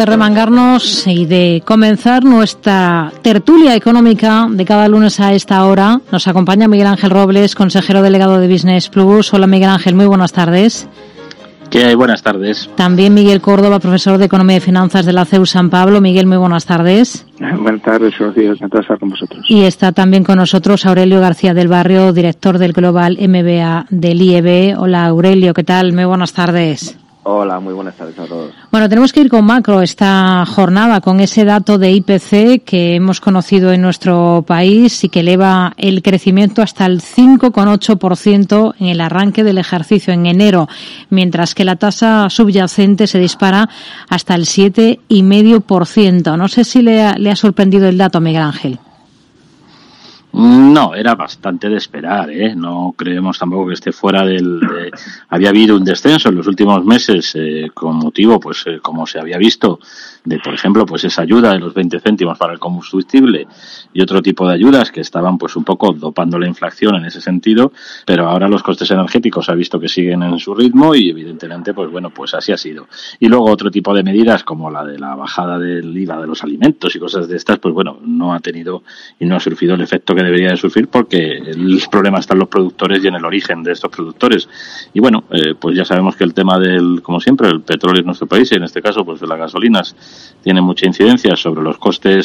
de remangarnos y de comenzar nuestra tertulia económica de cada lunes a esta hora. Nos acompaña Miguel Ángel Robles, consejero delegado de Business Plus. Hola Miguel Ángel, muy buenas tardes. ¿Qué hay? Buenas tardes. También Miguel Córdoba, profesor de Economía y Finanzas de la CEU San Pablo. Miguel, muy buenas tardes. Buenas tardes, Rocío, encantado de estar con vosotros. Y está también con nosotros Aurelio García del Barrio, director del Global MBA del IEB. Hola Aurelio, ¿qué tal? Muy buenas tardes. Hola, muy buenas tardes a todos. Bueno, tenemos que ir con macro esta jornada, con ese dato de IPC que hemos conocido en nuestro país y que eleva el crecimiento hasta el 5,8% en el arranque del ejercicio en enero, mientras que la tasa subyacente se dispara hasta el 7,5%. No sé si le ha sorprendido el dato, Miguel Ángel. No, era bastante de esperar, ¿eh? No creemos tampoco que esté fuera había habido un descenso en los últimos meses con motivo, pues como se había visto, de por ejemplo, pues esa ayuda de los 20 céntimos para el combustible y otro tipo de ayudas que estaban pues un poco dopando la inflación en ese sentido, pero ahora los costes energéticos se ha visto que siguen en su ritmo y evidentemente pues bueno, pues así ha sido. Y luego otro tipo de medidas como la de la bajada del IVA de los alimentos y cosas de estas, pues bueno, no ha tenido y no ha surgido el efecto que debería de surgir porque el problema está en los productores y en el origen de estos productores. Y bueno, pues ya sabemos que el tema como siempre, el petróleo en nuestro país y en este caso pues de las gasolinas tiene mucha incidencia sobre los costes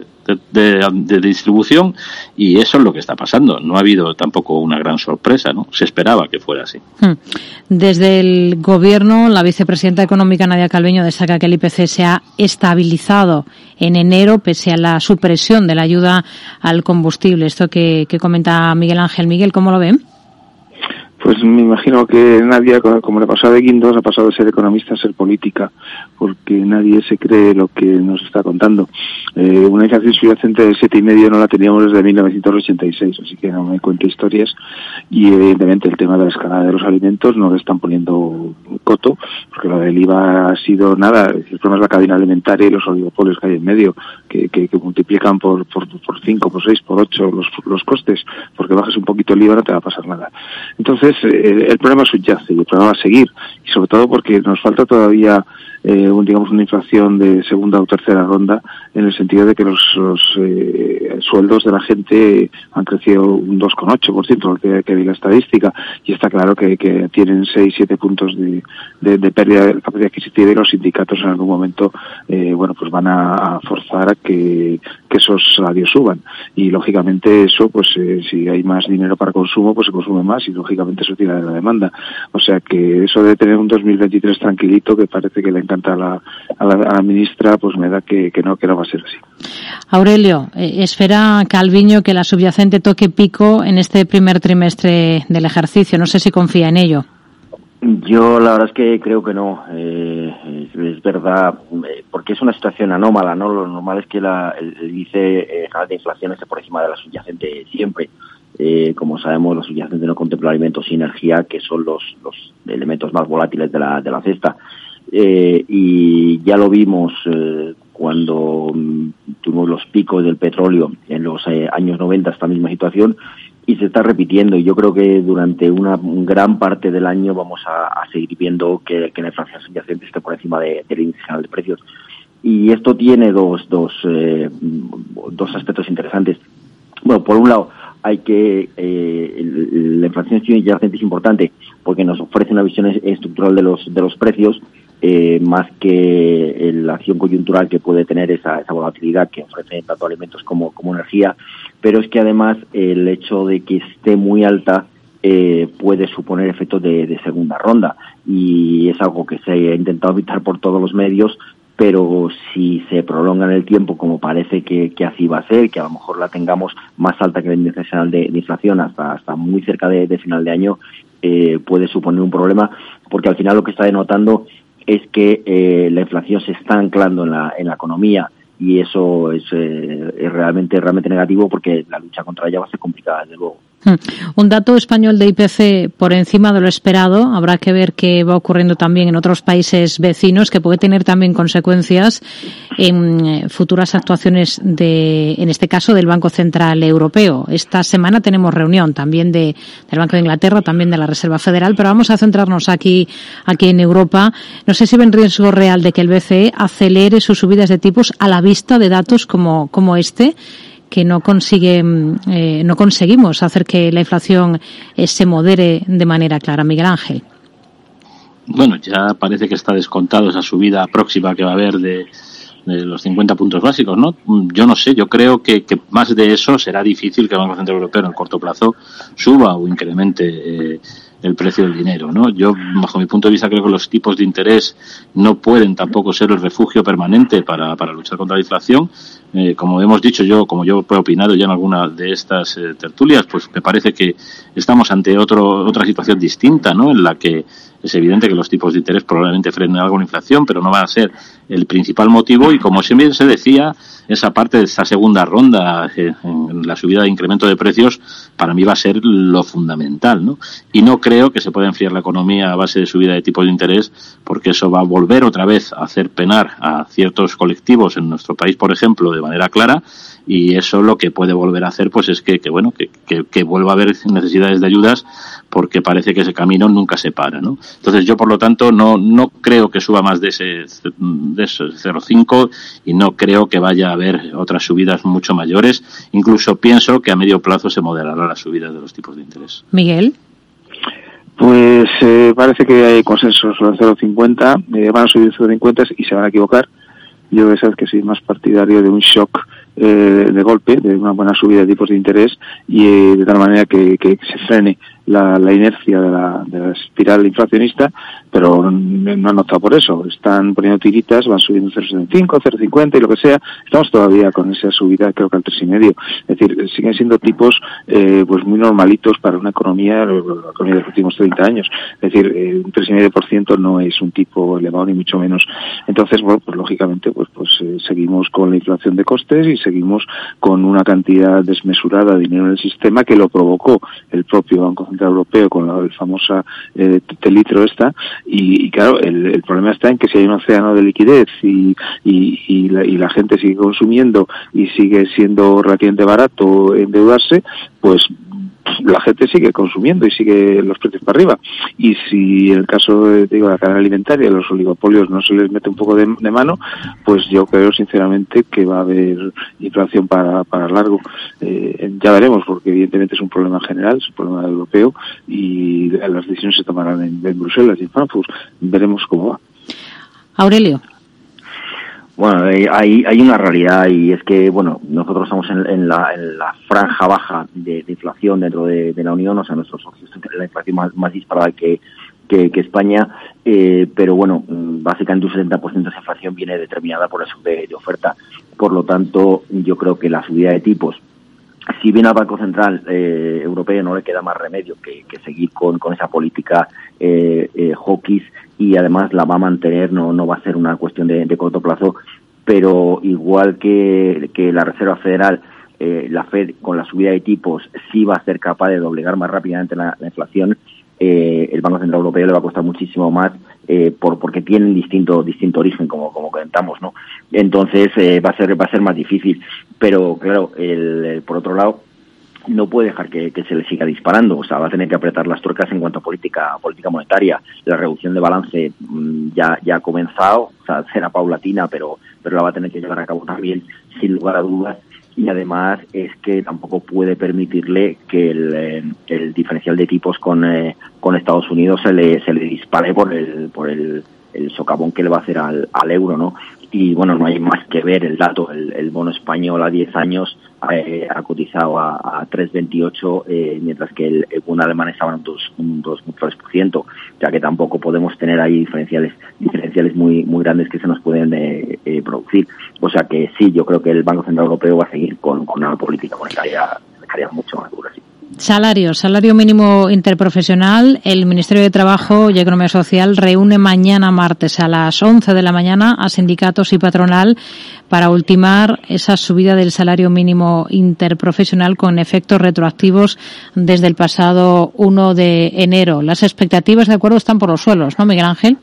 de distribución y eso es lo que está pasando. No ha habido tampoco una gran sorpresa, ¿no? Se esperaba que fuera así. Desde el Gobierno, la vicepresidenta económica Nadia Calviño destaca que el IPC se ha estabilizado en enero pese a la supresión de la ayuda al combustible. Esto que comenta Miguel Ángel. Miguel, ¿cómo lo ven? Pues me imagino que Nadia, como le pasó a de Guindos, ha pasado de ser economista a ser política, porque nadie se cree lo que nos está contando. Una inflación subyacente de 7,5 no la teníamos desde 1986, así que no me cuente historias. Y evidentemente el tema de la escalada de los alimentos no le están poniendo coto, porque lo del IVA ha sido nada. El problema es la cadena alimentaria y los oligopolios que hay en medio, que multiplican por 5, por 6, por 8 los costes, porque bajas un poquito el IVA no te va a pasar nada. Entonces, el problema subyace y el problema va a seguir, y sobre todo porque nos falta todavía una inflación de segunda o tercera ronda, en el sentido de que los sueldos de la gente han crecido un 2,8%, que vi la estadística, y está claro que tienen 6-7 puntos de pérdida de capacidad adquisitiva, y los sindicatos en algún momento pues van a forzar a que esos salarios suban, y lógicamente eso, pues si hay más dinero para consumo, pues se consume más, y lógicamente eso tira de la demanda. O sea que eso de tener un 2023 tranquilito, que parece que le encanta a la ministra, pues me da que no va a ser así. Aurelio, espera Calviño que la subyacente toque pico en este primer trimestre del ejercicio. No sé si confía en ello. Yo la verdad es que creo que no. Es verdad, porque es una situación anómala, ¿no? Lo normal es que el índice general de inflación esté por encima de la subyacente siempre. Como sabemos, la subyacente no contempla alimentos y energía, que son los elementos más volátiles de la cesta. Y ya lo vimos cuando tuvimos los picos del petróleo en los años 90, esta misma situación, y se está repitiendo. Y yo creo que durante una gran parte del año vamos a seguir viendo que la inflación subyacente esté por encima del índice general de precios. Y esto tiene dos aspectos interesantes. Bueno, por un lado, hay que la inflación subyacente es importante porque nos ofrece una visión estructural de los precios, más que la acción coyuntural que puede tener esa volatilidad que ofrece tanto alimentos como energía. Pero es que además el hecho de que esté muy alta puede suponer efectos de segunda ronda, y es algo que se ha intentado evitar por todos los medios. Pero si se prolonga en el tiempo, como parece que así va a ser, que a lo mejor la tengamos más alta que el índice general de inflación hasta muy cerca de final de año, puede suponer un problema, porque al final lo que está denotando es que la inflación se está anclando en la economía, y eso es realmente negativo, porque la lucha contra ella va a ser complicada, desde luego. Un dato español de IPC por encima de lo esperado. Habrá que ver qué va ocurriendo también en otros países vecinos, que puede tener también consecuencias en futuras actuaciones en este caso, del Banco Central Europeo. Esta semana tenemos reunión también del Banco de Inglaterra, también de la Reserva Federal, pero vamos a centrarnos aquí en Europa. No sé si ven riesgo real de que el BCE acelere sus subidas de tipos a la vista de datos como este, que no conseguimos hacer que la inflación se modere de manera clara. Miguel Ángel. Bueno, ya parece que está descontado esa subida próxima que va a haber de los 50 puntos básicos, ¿no? Yo no sé, yo creo que más de eso será difícil que el Banco Central Europeo en el corto plazo suba o incremente el precio del dinero, ¿no? Yo, bajo mi punto de vista, creo que los tipos de interés no pueden tampoco ser el refugio permanente para luchar contra la inflación. Como hemos dicho como yo he opinado ya en alguna de estas tertulias, pues me parece que estamos ante otra situación distinta, ¿no? En la que es evidente que los tipos de interés probablemente frenen algo la inflación, pero no va a ser el principal motivo, y como siempre se decía, esa parte de esta segunda ronda en la subida de incremento de precios para mí va a ser lo fundamental, ¿no? Y no creo que se pueda enfriar la economía a base de subida de tipos de interés, porque eso va a volver otra vez a hacer penar a ciertos colectivos en nuestro país, por ejemplo, de manera clara, y eso lo que puede volver a hacer pues es que vuelva a haber necesidades de ayudas, porque parece que ese camino nunca se para, ¿no? Entonces yo, por lo tanto, no creo que suba más de ese 0,5, y no creo que vaya a haber otras subidas mucho mayores. Incluso pienso que a medio plazo se moderará la subida de los tipos de interés. Miguel. Pues parece que hay consenso sobre 0,50, van a subir 0,50 y se van a equivocar. Yo sabes que soy más partidario de un shock de golpe, de una buena subida de tipos de interés, y de tal manera que se frene la inercia de la espiral inflacionista, pero no han optado por eso. Están poniendo tiritas, van subiendo 0,75, 0,50 y lo que sea. Estamos todavía con esa subida, creo que al 3,5. Es decir, siguen siendo tipos pues muy normalitos para una economía de los últimos 30 años. Es decir, un 3,5% no es un tipo elevado, ni mucho menos. Entonces, bueno, pues lógicamente pues seguimos con la inflación de costes y seguimos con una cantidad desmesurada de dinero en el sistema, que lo provocó el propio Banco Central Europeo con la famosa telitro esta, y claro, el problema está en que si hay un océano de liquidez y la gente sigue consumiendo y sigue siendo relativamente barato endeudarse, pues la gente sigue consumiendo y sigue los precios para arriba. Y si en el caso de la cadena alimentaria, los oligopolios, no se les mete un poco de mano, pues yo creo sinceramente que va a haber inflación para largo. Ya veremos, porque evidentemente es un problema general, es un problema europeo, y las decisiones se tomarán en Bruselas y en Frankfurt. Veremos cómo va. Aurelio. Bueno, hay una realidad, y es que, bueno, nosotros estamos en la franja baja de inflación dentro de la Unión, o sea, nuestros socios tienen la inflación más disparada que España, pero bueno, básicamente un 70% de esa inflación viene determinada por el subde de oferta. Por lo tanto, yo creo que la subida de tipos, si bien al Banco Central Europeo no le queda más remedio que seguir con esa política hawkish, y además la va a mantener, no va a ser una cuestión de corto plazo, pero igual que la Reserva Federal, la Fed con la subida de tipos sí va a ser capaz de doblegar más rápidamente la inflación, el Banco Central Europeo le va a costar muchísimo más, porque tienen distinto origen, como comentamos, ¿no? Entonces va a ser más difícil, pero claro, por otro lado, no puede dejar que se le siga disparando, o sea, va a tener que apretar las tuercas en cuanto a política monetaria. La reducción de balance ya ha comenzado, o sea, será paulatina, pero la va a tener que llevar a cabo también, sin lugar a dudas. Y además es que tampoco puede permitirle que el diferencial de tipos con Estados Unidos se le dispare por el socavón que le va a hacer al euro, ¿no? Y bueno, no hay más que ver el dato. El bono español a 10 años ha cotizado a 3,28, mientras que el bono alemán estaba en un 2,3%, ya que tampoco podemos tener ahí diferenciales muy grandes que se nos pueden producir. O sea que sí, yo creo que el Banco Central Europeo va a seguir con una política monetaria mucho más dura, sí. Salario mínimo interprofesional. El Ministerio de Trabajo y Economía Social reúne mañana martes a las 11 de la mañana a sindicatos y patronal para ultimar esa subida del salario mínimo interprofesional con efectos retroactivos desde el pasado 1 de enero. Las expectativas de acuerdo están por los suelos, ¿no, Miguel Ángel?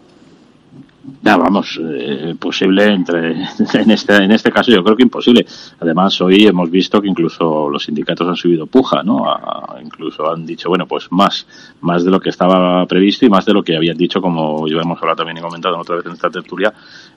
Vamos, posible en este caso yo creo que imposible. Además hoy hemos visto que incluso los sindicatos han subido puja, ¿no? Incluso han dicho, bueno, pues más de lo que estaba previsto y más de lo que habían dicho, como ya hemos hablado también y comentado otra vez en esta tertulia,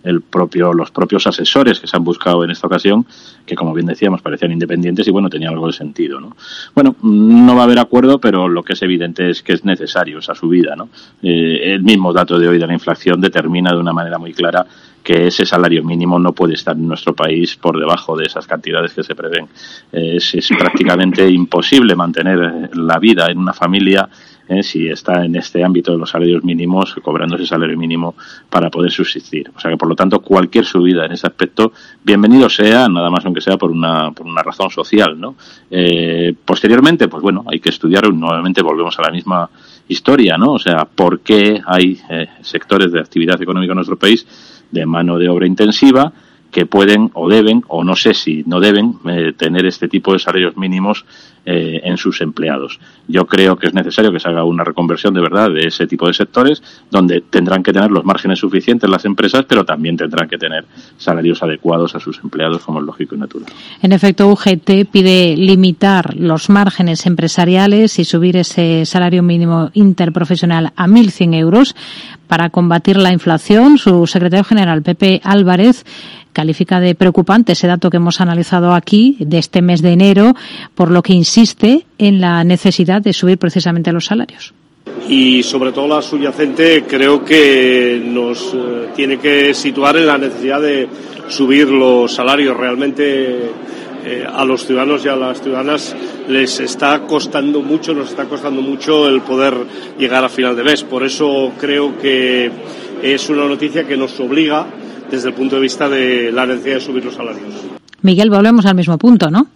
los propios asesores que se han buscado en esta ocasión, que como bien decíamos parecían independientes y bueno, tenían algo de sentido, ¿no? Bueno, no va a haber acuerdo, pero lo que es evidente es que es necesario esa subida, ¿no? El mismo dato de hoy de la inflación determina de una manera muy clara que ese salario mínimo no puede estar en nuestro país por debajo de esas cantidades que se prevén. Es prácticamente imposible mantener la vida en una familia si está en este ámbito de los salarios mínimos, cobrando ese salario mínimo para poder subsistir. O sea que, por lo tanto, cualquier subida en ese aspecto, bienvenido sea, nada más aunque sea por una razón social, ¿no? Posteriormente, pues bueno, hay que estudiar, nuevamente volvemos a la misma historia, ¿no? O sea, ¿por qué hay sectores de actividad económica en nuestro país de mano de obra intensiva que pueden o deben, o no sé si no deben, tener este tipo de salarios mínimos en sus empleados? Yo creo que es necesario que se haga una reconversión de verdad de ese tipo de sectores, donde tendrán que tener los márgenes suficientes las empresas, pero también tendrán que tener salarios adecuados a sus empleados, como es lógico y natural. En efecto, UGT pide limitar los márgenes empresariales y subir ese salario mínimo interprofesional a 1.100 euros para combatir la inflación. Su secretario general, Pepe Álvarez, califica de preocupante ese dato que hemos analizado aquí de este mes de enero, por lo que insiste en la necesidad de subir precisamente los salarios. Y sobre todo la subyacente creo que nos tiene que situar en la necesidad de subir los salarios. Realmente a los ciudadanos y a las ciudadanas les está costando mucho, nos está costando mucho el poder llegar a final de mes. Por eso creo que es una noticia que nos obliga desde el punto de vista de la necesidad de subir los salarios. Miguel, volvemos al mismo punto, ¿no?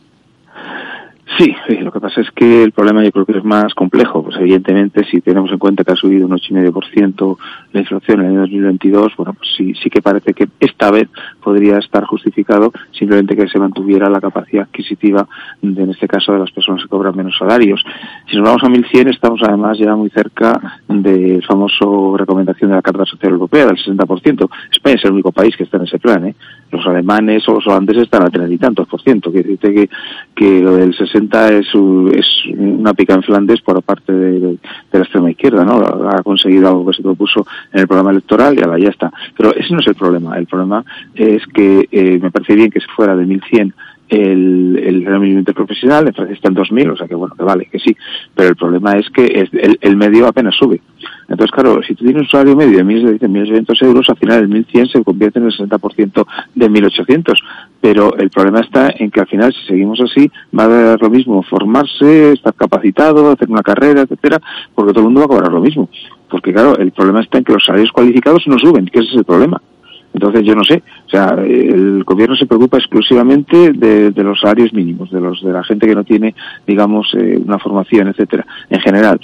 Sí, lo que pasa es que el problema yo creo que es más complejo. Pues evidentemente, si tenemos en cuenta que ha subido un 8,5% la inflación en el año 2022, bueno, pues sí que parece que esta vez podría estar justificado simplemente que se mantuviera la capacidad adquisitiva, en este caso, de las personas que cobran menos salarios. Si nos vamos a 1.100, estamos además ya muy cerca del famoso recomendación de la Carta Social Europea, del 60%. España es el único país que está en ese plan, Los alemanes o los holandeses están al 30 y tantos %. Quiere decirte que lo del 60 es una pica en Flandes por parte de la extrema izquierda, ¿no? Ha conseguido algo que se propuso en el programa electoral y ahora ya está. Pero ese no es el problema. El problema es que me parece bien que se fuera de 1.100 el salario mínimo interprofesional. En Francia está en 2.000, o sea que bueno, que vale, que sí. Pero el problema es que el medio apenas sube. Entonces, claro, si tú tienes un salario medio de 1.600 euros, al final el 1.100 se convierte en el 60% de 1.800. Pero el problema está en que al final, si seguimos así, va a dar lo mismo formarse, estar capacitado, hacer una carrera, etcétera, porque todo el mundo va a cobrar lo mismo. Porque claro, el problema está en que los salarios cualificados no suben, que ese es el problema. Entonces yo no sé, o sea, el gobierno se preocupa exclusivamente de los salarios mínimos, de la gente que no tiene, digamos, una formación, etcétera, en general,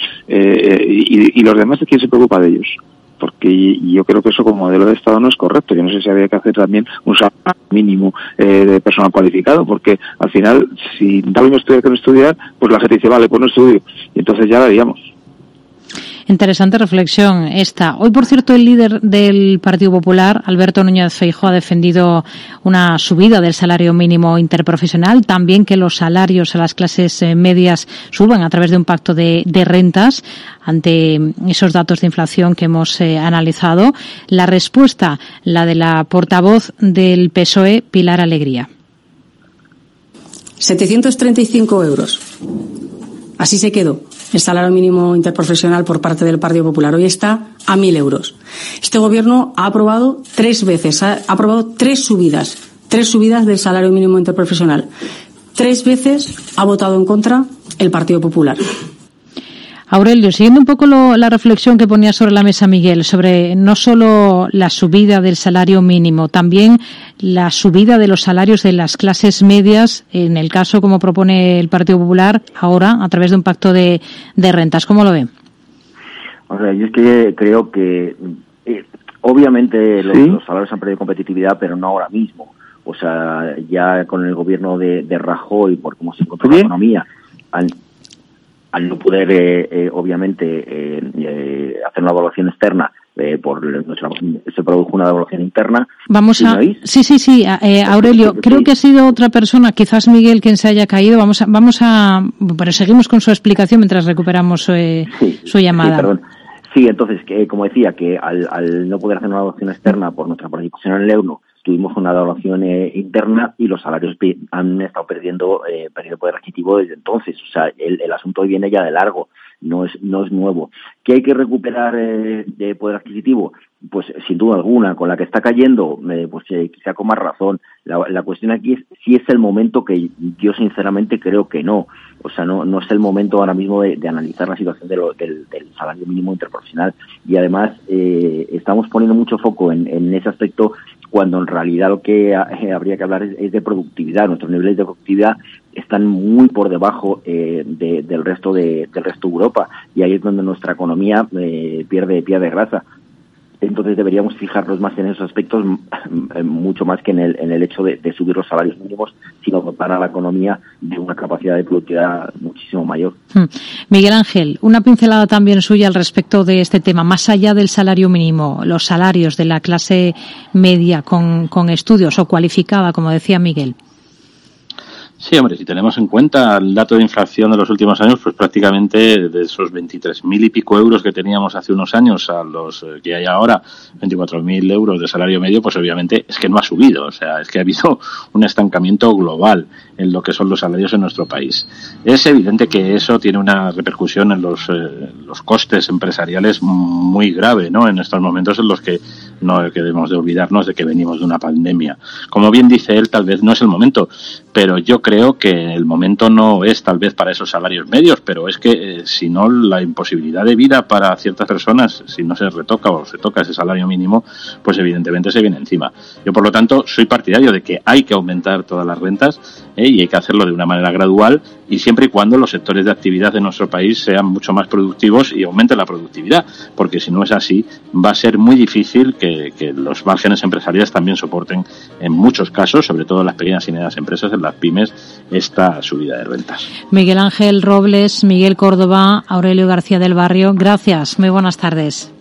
y los demás, ¿de quién se preocupa de ellos? Porque yo creo que eso como modelo de Estado no es correcto. Yo no sé si había que hacer también un salario mínimo de personal cualificado, porque al final, si da lo mismo estudiar que no estudiar, pues la gente dice, vale, pues no estudio, y entonces ya la haríamos. Interesante reflexión esta. Hoy, por cierto, el líder del Partido Popular, Alberto Núñez Feijóo, ha defendido una subida del salario mínimo interprofesional, también que los salarios a las clases medias suban a través de un pacto de rentas ante esos datos de inflación que hemos analizado. La respuesta, la de la portavoz del PSOE, Pilar Alegría. 735 euros. Así se quedó el salario mínimo interprofesional por parte del Partido Popular. Hoy está a 1.000 euros. Este gobierno ha aprobado 3 veces, ha aprobado 3 subidas del salario mínimo interprofesional. 3 veces ha votado en contra el Partido Popular. Aurelio, siguiendo un poco la reflexión que ponía sobre la mesa Miguel, sobre no solo la subida del salario mínimo, también la subida de los salarios de las clases medias, en el caso como propone el Partido Popular ahora, a través de un pacto de rentas. ¿Cómo lo ven? O sea, yo es que creo que obviamente los salarios han perdido competitividad, pero no ahora mismo. O sea, ya con el gobierno de Rajoy, por cómo se encontró la economía, al no poder, obviamente, hacer una evaluación externa, se produjo una evaluación interna. Vamos a... Sí, Aurelio, creo que ha sido otra persona, quizás Miguel, quien se haya caído. Vamos a... Pero seguimos con su explicación mientras recuperamos su llamada. Sí, perdón. Sí, entonces, como decía, que al no poder hacer una evaluación externa por nuestra participación en el euro, tuvimos una evaluación interna y los salarios han estado perdiendo poder adquisitivo desde entonces. O sea, el asunto viene ya de largo, no es nuevo. ¿Qué hay que recuperar de poder adquisitivo? Pues sin duda alguna, con la que está cayendo, pues quizá con más razón. La cuestión aquí es si es el momento, que yo sinceramente creo que no. O sea, no es el momento ahora mismo de analizar la situación del salario mínimo interprofesional. Y además estamos poniendo mucho foco en ese aspecto, cuando en realidad lo que habría que hablar es de productividad. Nuestros niveles de productividad están muy por debajo del resto de Europa, y ahí es donde nuestra economía pierde grasa. Entonces deberíamos fijarnos más en esos aspectos, mucho más que en el hecho de subir los salarios mínimos, sino dotar a la economía de una capacidad de productividad muchísimo mayor. Miguel Ángel, una pincelada también suya al respecto de este tema, más allá del salario mínimo, los salarios de la clase media con estudios o cualificada, como decía Miguel. Sí, hombre, si tenemos en cuenta el dato de inflación de los últimos años, pues prácticamente de esos 23.000 y pico euros que teníamos hace unos años a los que hay ahora, 24.000 euros de salario medio, pues obviamente es que no ha subido. O sea, es que ha habido un estancamiento global en lo que son los salarios en nuestro país. Es evidente que eso tiene una repercusión en los costes empresariales muy grave, ¿no? En estos momentos en los que no debemos de olvidarnos de que venimos de una pandemia. Como bien dice él, tal vez no es el momento, pero yo creo que el momento no es tal vez para esos salarios medios, pero es que si no, la imposibilidad de vida para ciertas personas, si no se retoca o se toca ese salario mínimo, pues evidentemente se viene encima. Yo, por lo tanto, soy partidario de que hay que aumentar todas las rentas y hay que hacerlo de una manera gradual, y siempre y cuando los sectores de actividad de nuestro país sean mucho más productivos y aumenten la productividad, porque si no es así, va a ser muy difícil que los márgenes empresariales también soporten, en muchos casos, sobre todo en las pequeñas y medianas empresas, en las pymes, esta subida de rentas. Miguel Ángel Robles, Miguel Córdoba, Aurelio García del Barrio, gracias, muy buenas tardes.